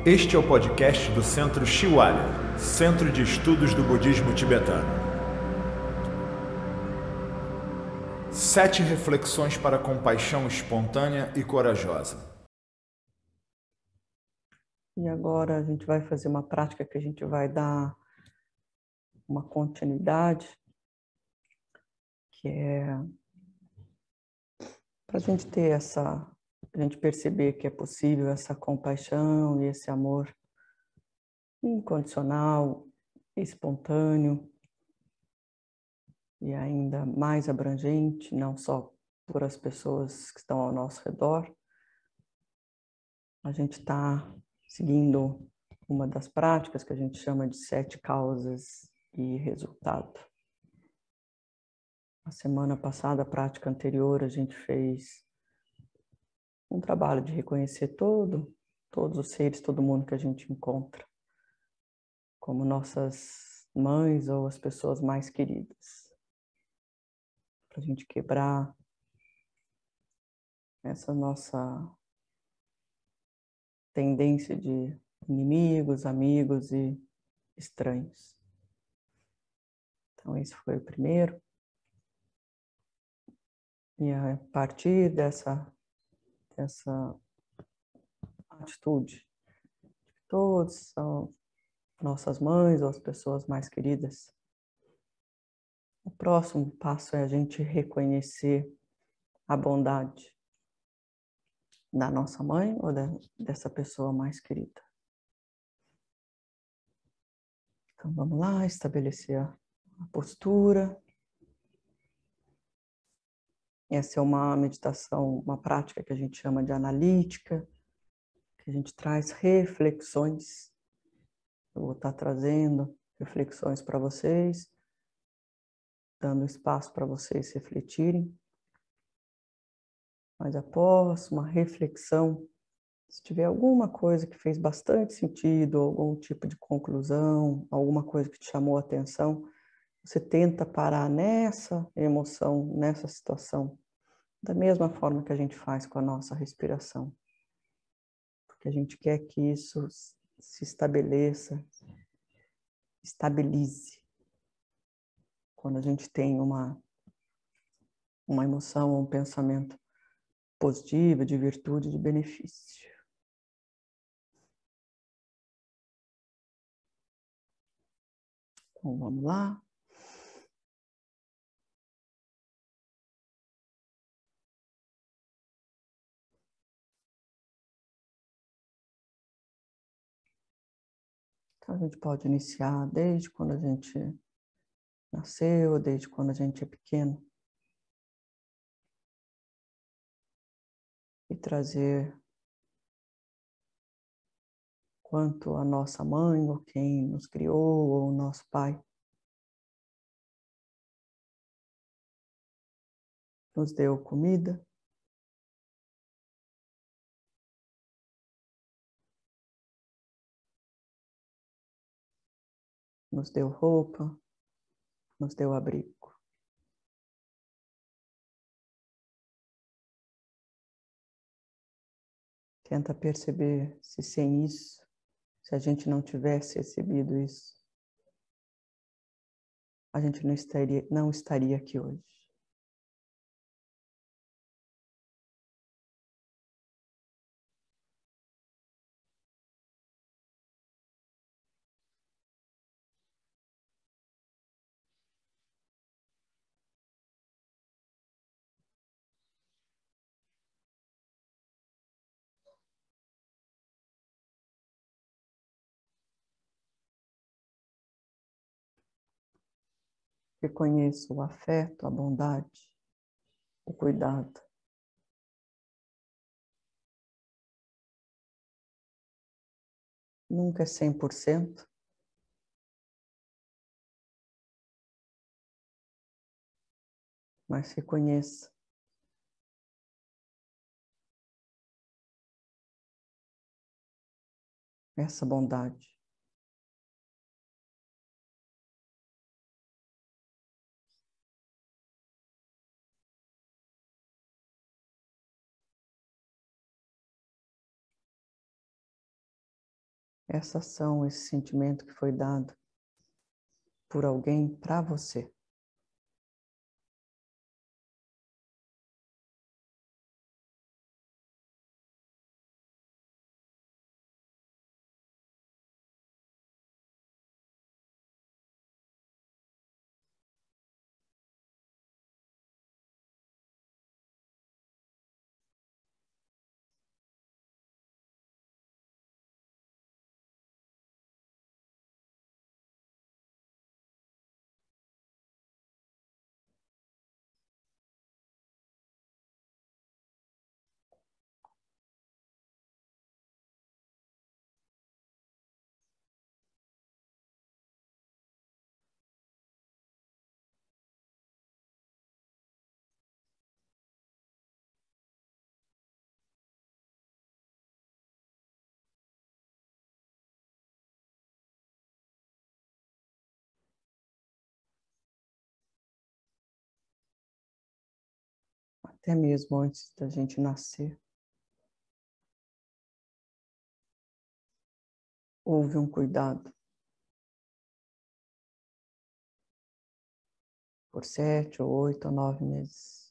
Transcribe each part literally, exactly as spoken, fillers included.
Este é o podcast do Centro Shiwalya, Centro de Estudos do Budismo Tibetano. Sete reflexões para a compaixão espontânea e corajosa. E agora a gente vai fazer uma prática que a gente vai dar uma continuidade, que é para a gente ter essa, a gente perceber que é possível essa compaixão e esse amor incondicional, espontâneo e ainda mais abrangente, não só por as pessoas que estão ao nosso redor. A gente está seguindo uma das práticas que a gente chama de sete causas e resultado. A semana passada, a prática anterior, a gente fez um trabalho de reconhecer todo, todos os seres, todo mundo que a gente encontra, como nossas mães ou as pessoas mais queridas. Para a gente quebrar essa nossa tendência de inimigos, amigos e estranhos. Então, esse foi o primeiro. E a partir dessa, dessa atitude, todos são nossas mães ou as pessoas mais queridas, o próximo passo é a gente reconhecer a bondade da nossa mãe ou da, dessa pessoa mais querida. Então vamos lá, estabelecer a, a postura. Essa é uma meditação, uma prática que a gente chama de analítica, que a gente traz reflexões. Eu vou estar trazendo reflexões para vocês, dando espaço para vocês refletirem. Mas após uma reflexão, se tiver alguma coisa que fez bastante sentido, algum tipo de conclusão, alguma coisa que te chamou a atenção, você tenta parar nessa emoção, nessa situação, da mesma forma que a gente faz com a nossa respiração. Porque a gente quer que isso se estabeleça, estabilize. Quando a gente tem uma, uma emoção ou um pensamento positivo, de virtude, de benefício. Então, vamos lá. Então, a gente pode iniciar desde quando a gente nasceu, desde quando a gente é pequeno. E trazer quanto a nossa mãe, ou quem nos criou, ou o nosso pai, nos deu comida, nos deu roupa, nos deu abrigo. Tenta perceber se sem isso, se a gente não tivesse recebido isso, a gente não estaria, não estaria aqui hoje. Reconheço o afeto, a bondade, o cuidado. Nunca é cem por cento. Mas reconheça essa bondade. essa ação, esse sentimento que foi dado por alguém para você. Até mesmo antes da gente nascer, houve um cuidado por sete, ou oito, ou nove meses.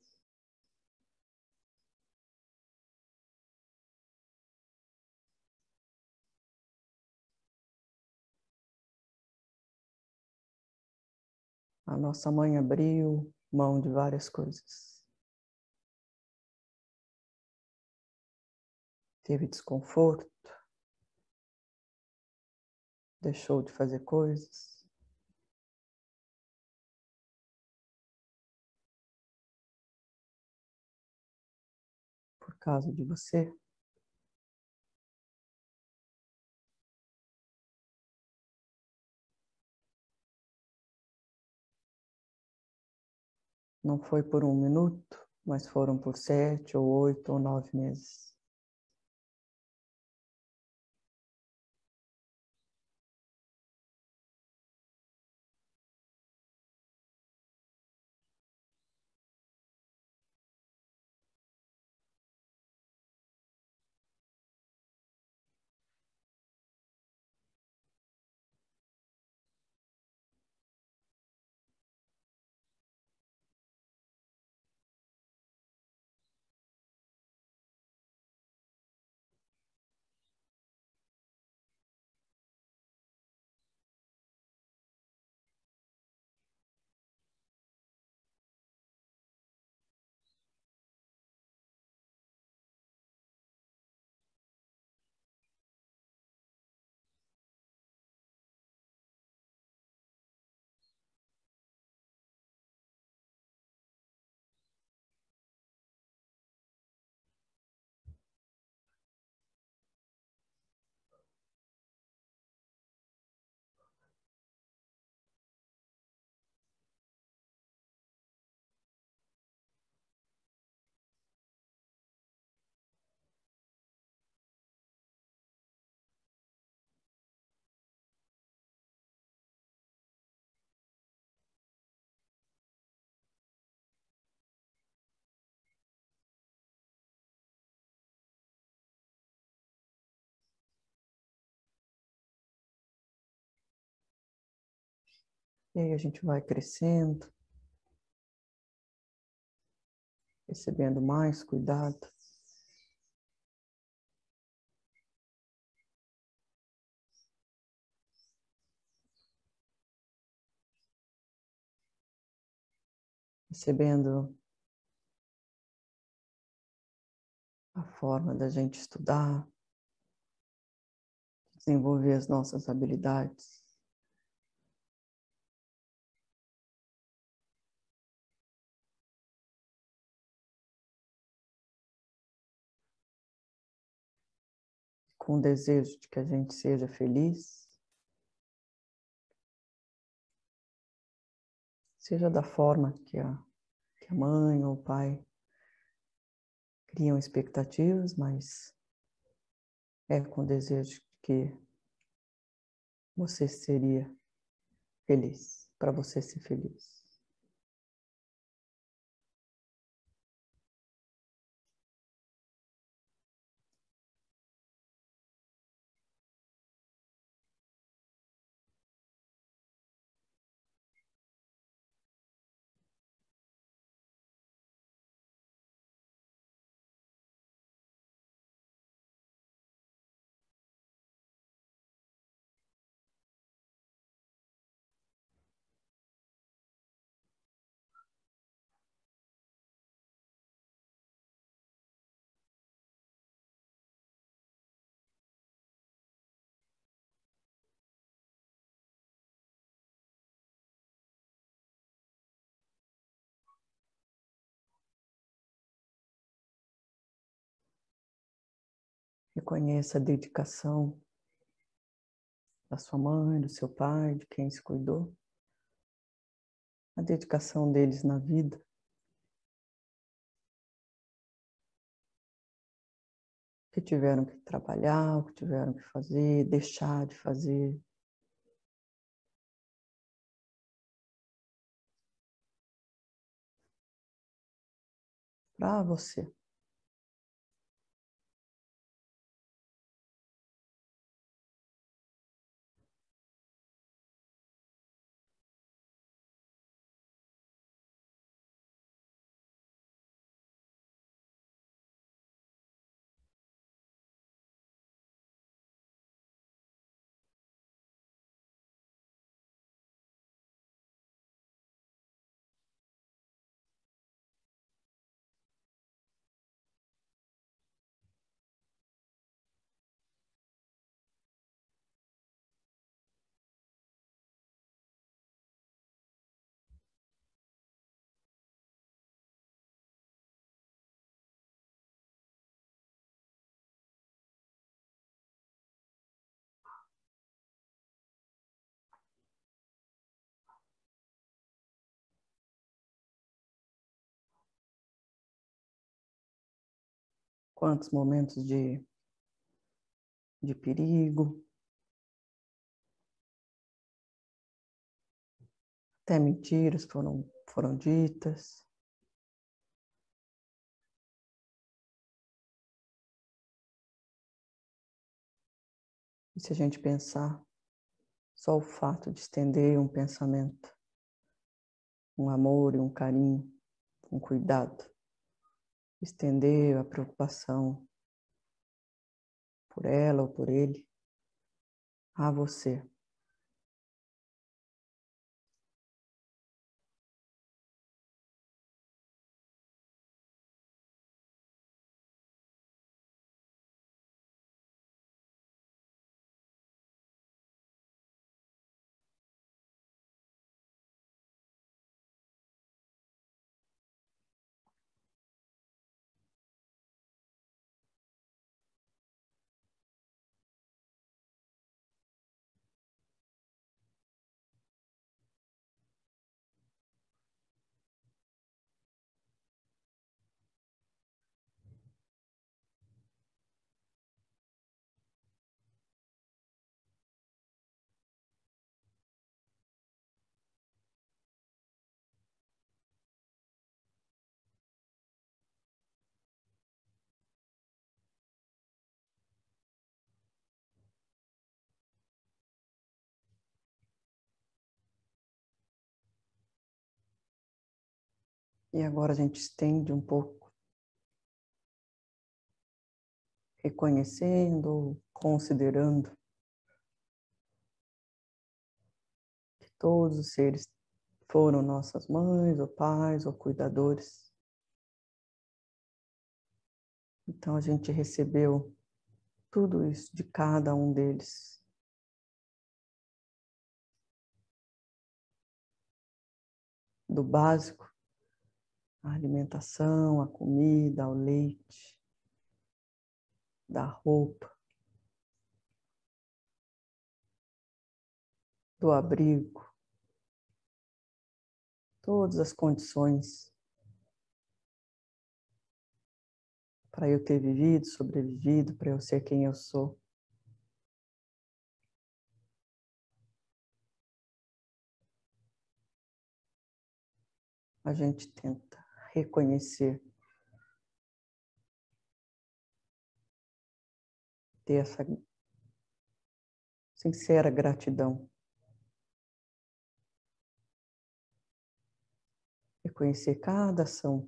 A nossa mãe abriu mão de várias coisas. Teve desconforto, deixou de fazer coisas. Por causa de você. Não foi por um minuto, mas foram por sete, ou oito, ou nove meses. E aí a gente vai crescendo, recebendo mais cuidado. Recebendo a forma da gente estudar, desenvolver as nossas habilidades. Com o desejo de que a gente seja feliz, seja da forma que a, que a mãe ou o pai criam expectativas, mas é com o desejo de que você seria feliz, para você ser feliz. Reconheça a dedicação da sua mãe, do seu pai, de quem se cuidou. A dedicação deles na vida. O que tiveram que trabalhar, o que tiveram que fazer, deixar de fazer. Para você. Quantos momentos de, de perigo. Até mentiras foram, foram ditas. E se a gente pensar, só o fato de estender um pensamento, um amor e um carinho, um cuidado, estender a preocupação por ela ou por ele a você. E agora a gente estende um pouco, reconhecendo, considerando que todos os seres foram nossas mães, ou pais, ou cuidadores. Então a gente recebeu tudo isso de cada um deles. Do básico, a alimentação, a comida, o leite, da roupa, do abrigo, todas as condições para eu ter vivido, sobrevivido, para eu ser quem eu sou. A gente tenta reconhecer, ter essa sincera gratidão. Reconhecer cada ação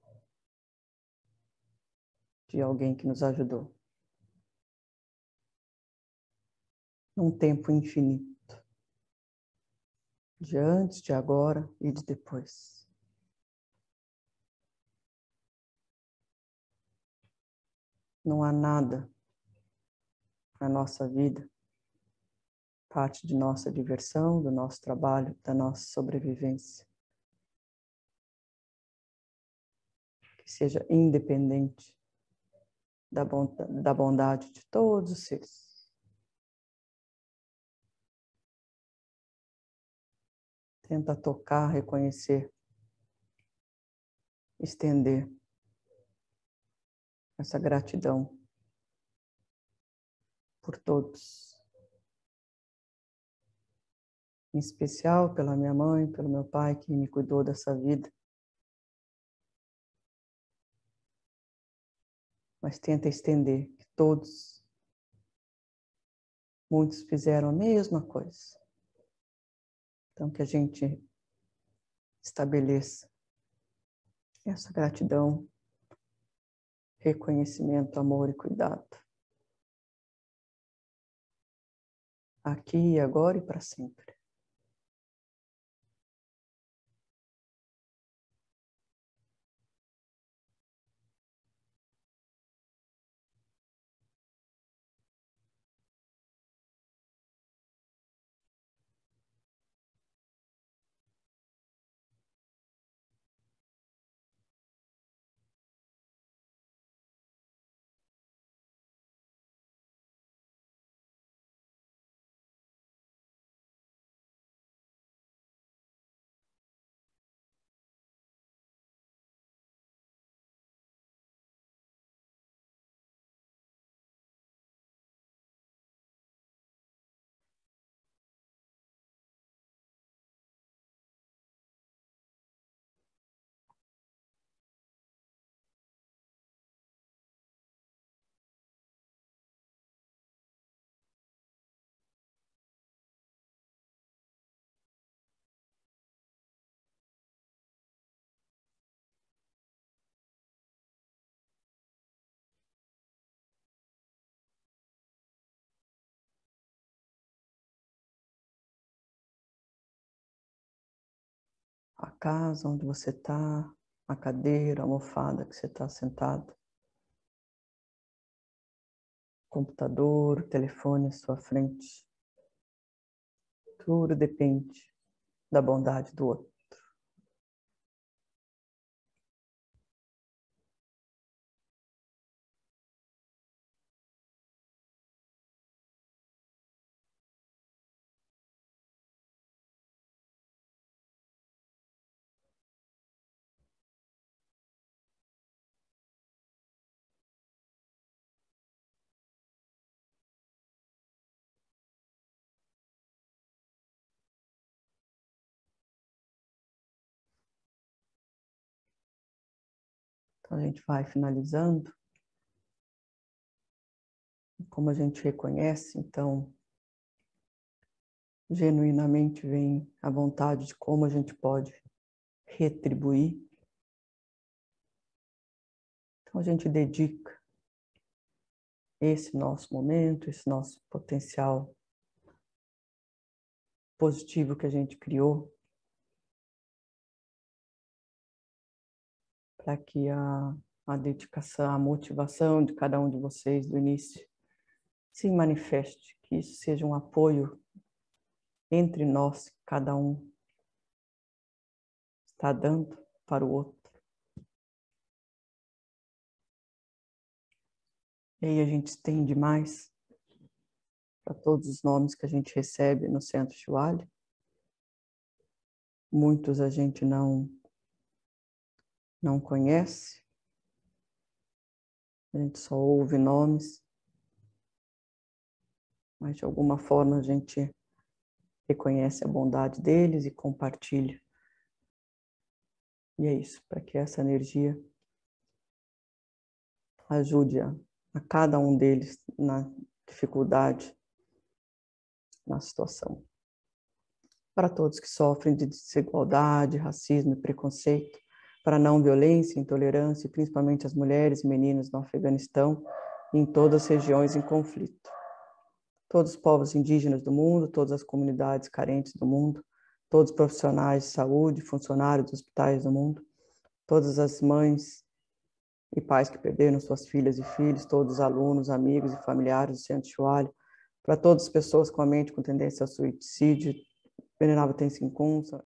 de alguém que nos ajudou. Num tempo infinito. De antes, de agora e de depois. Não há nada na nossa vida, parte de nossa diversão, do nosso trabalho, da nossa sobrevivência, que seja independente da bondade, da bondade de todos os seres. Tenta tocar, reconhecer, estender essa gratidão por todos. Em especial pela minha mãe, pelo meu pai que me cuidou dessa vida. Mas tenta estender que todos, muitos fizeram a mesma coisa. Então que a gente estabeleça essa gratidão, reconhecimento, amor e cuidado. Aqui, agora e para sempre. A casa onde você está, a cadeira, a almofada que você está sentado, computador, o telefone à sua frente. Tudo depende da bondade do outro. Então a gente vai finalizando. Como a gente reconhece, então, genuinamente vem a vontade de como a gente pode retribuir. Então a gente dedica esse nosso momento, esse nosso potencial positivo que a gente criou, para que a, a dedicação, a motivação de cada um de vocês do início se manifeste, que isso seja um apoio entre nós, cada um está dando para o outro. E aí a gente estende mais para todos os nomes que a gente recebe no Centro Shiwali. Muitos a gente não, não conhece, a gente só ouve nomes, mas de alguma forma a gente reconhece a bondade deles e compartilha. E é isso, para que essa energia ajude a, a cada um deles na dificuldade, na situação. Para todos que sofrem de desigualdade, racismo e preconceito, para a não violência, intolerância, e principalmente as mulheres e meninas no Afeganistão e em todas as regiões em conflito. Todos os povos indígenas do mundo, todas as comunidades carentes do mundo, todos os profissionais de saúde, funcionários dos hospitais do mundo, todas as mães e pais que perderam suas filhas e filhos, todos os alunos, amigos e familiares do Centro Shiwali, para todas as pessoas com a mente com tendência ao suicídio, Venerável Tenzin Kun,